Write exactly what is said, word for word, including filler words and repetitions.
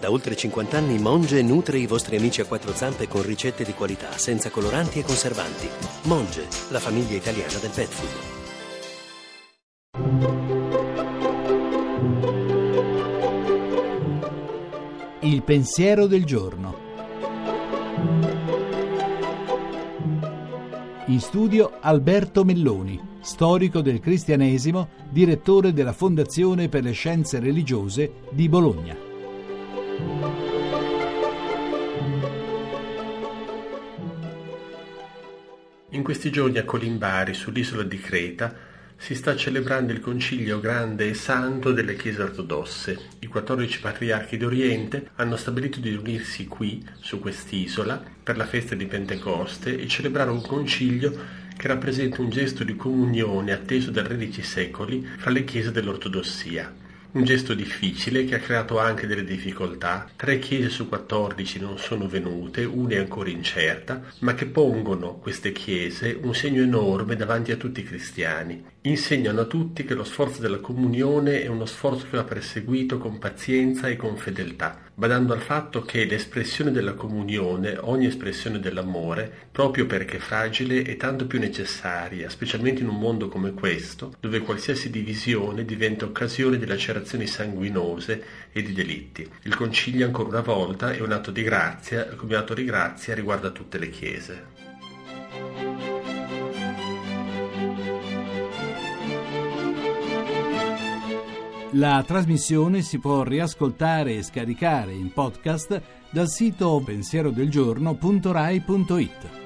Da oltre cinquanta anni Monge nutre i vostri amici a quattro zampe con ricette di qualità, senza coloranti e conservanti. Monge, la famiglia italiana del pet food. Il pensiero del giorno. In studio Alberto Melloni, storico del cristianesimo, direttore della Fondazione per le Scienze Religiose di Bologna. In questi giorni a Colimbari, sull'isola di Creta, si sta celebrando il Concilio Grande e Santo delle Chiese Ortodosse. I quattordici patriarchi d'Oriente hanno stabilito di riunirsi qui, su quest'isola, per la festa di Pentecoste e celebrare un concilio che rappresenta un gesto di comunione atteso da tredici secoli fra le chiese dell'ortodossia. Un gesto difficile che ha creato anche delle difficoltà. Tre chiese su quattordici non sono venute, una è ancora incerta, ma che pongono, queste chiese, un segno enorme davanti a tutti i cristiani. Insegnano a tutti che lo sforzo della comunione è uno sforzo che va perseguito con pazienza e con fedeltà, badando al fatto che l'espressione della comunione, ogni espressione dell'amore, proprio perché fragile, è tanto più necessaria, specialmente in un mondo come questo, dove qualsiasi divisione diventa occasione di lacerazioni sanguinose e di delitti. Il concilio, ancora una volta, è un atto di grazia, e come atto di grazia riguarda tutte le chiese. La trasmissione si può riascoltare e scaricare in podcast dal sito pensierodelgiorno punto rai punto it.